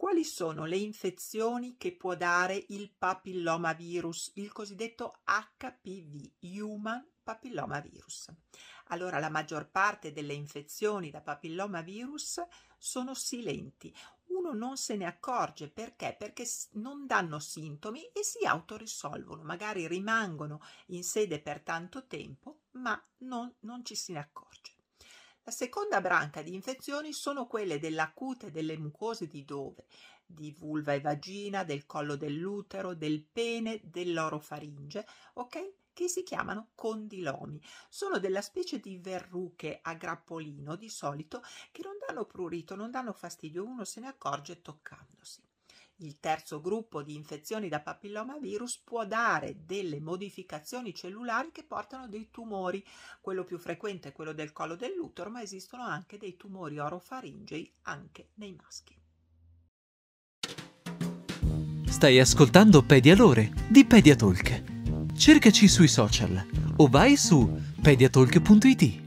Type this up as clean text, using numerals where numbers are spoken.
Quali sono le infezioni che può dare il papillomavirus, il cosiddetto HPV, Human Papillomavirus? Allora, la maggior parte delle infezioni da papillomavirus sono silenti. Uno non se ne accorge perché? Perché non danno sintomi e si autorisolvono, magari rimangono in sede per tanto tempo, ma non ci se ne accorge. La seconda branca di infezioni sono quelle della cute delle mucose di dove? Di vulva e vagina, del collo dell'utero, del pene, dell'orofaringe, ok? Che si chiamano condilomi. Sono della specie di verruche a grappolino di solito che non danno prurito, non danno fastidio, uno se ne accorge toccandosi. Il terzo gruppo di infezioni da papillomavirus può dare delle modificazioni cellulari che portano dei tumori. Quello più frequente è quello del collo dell'utero, ma esistono anche dei tumori orofaringei anche nei maschi. Stai ascoltando Pedialore di Pediatalk. Cercaci sui social o vai su pediatalk.it.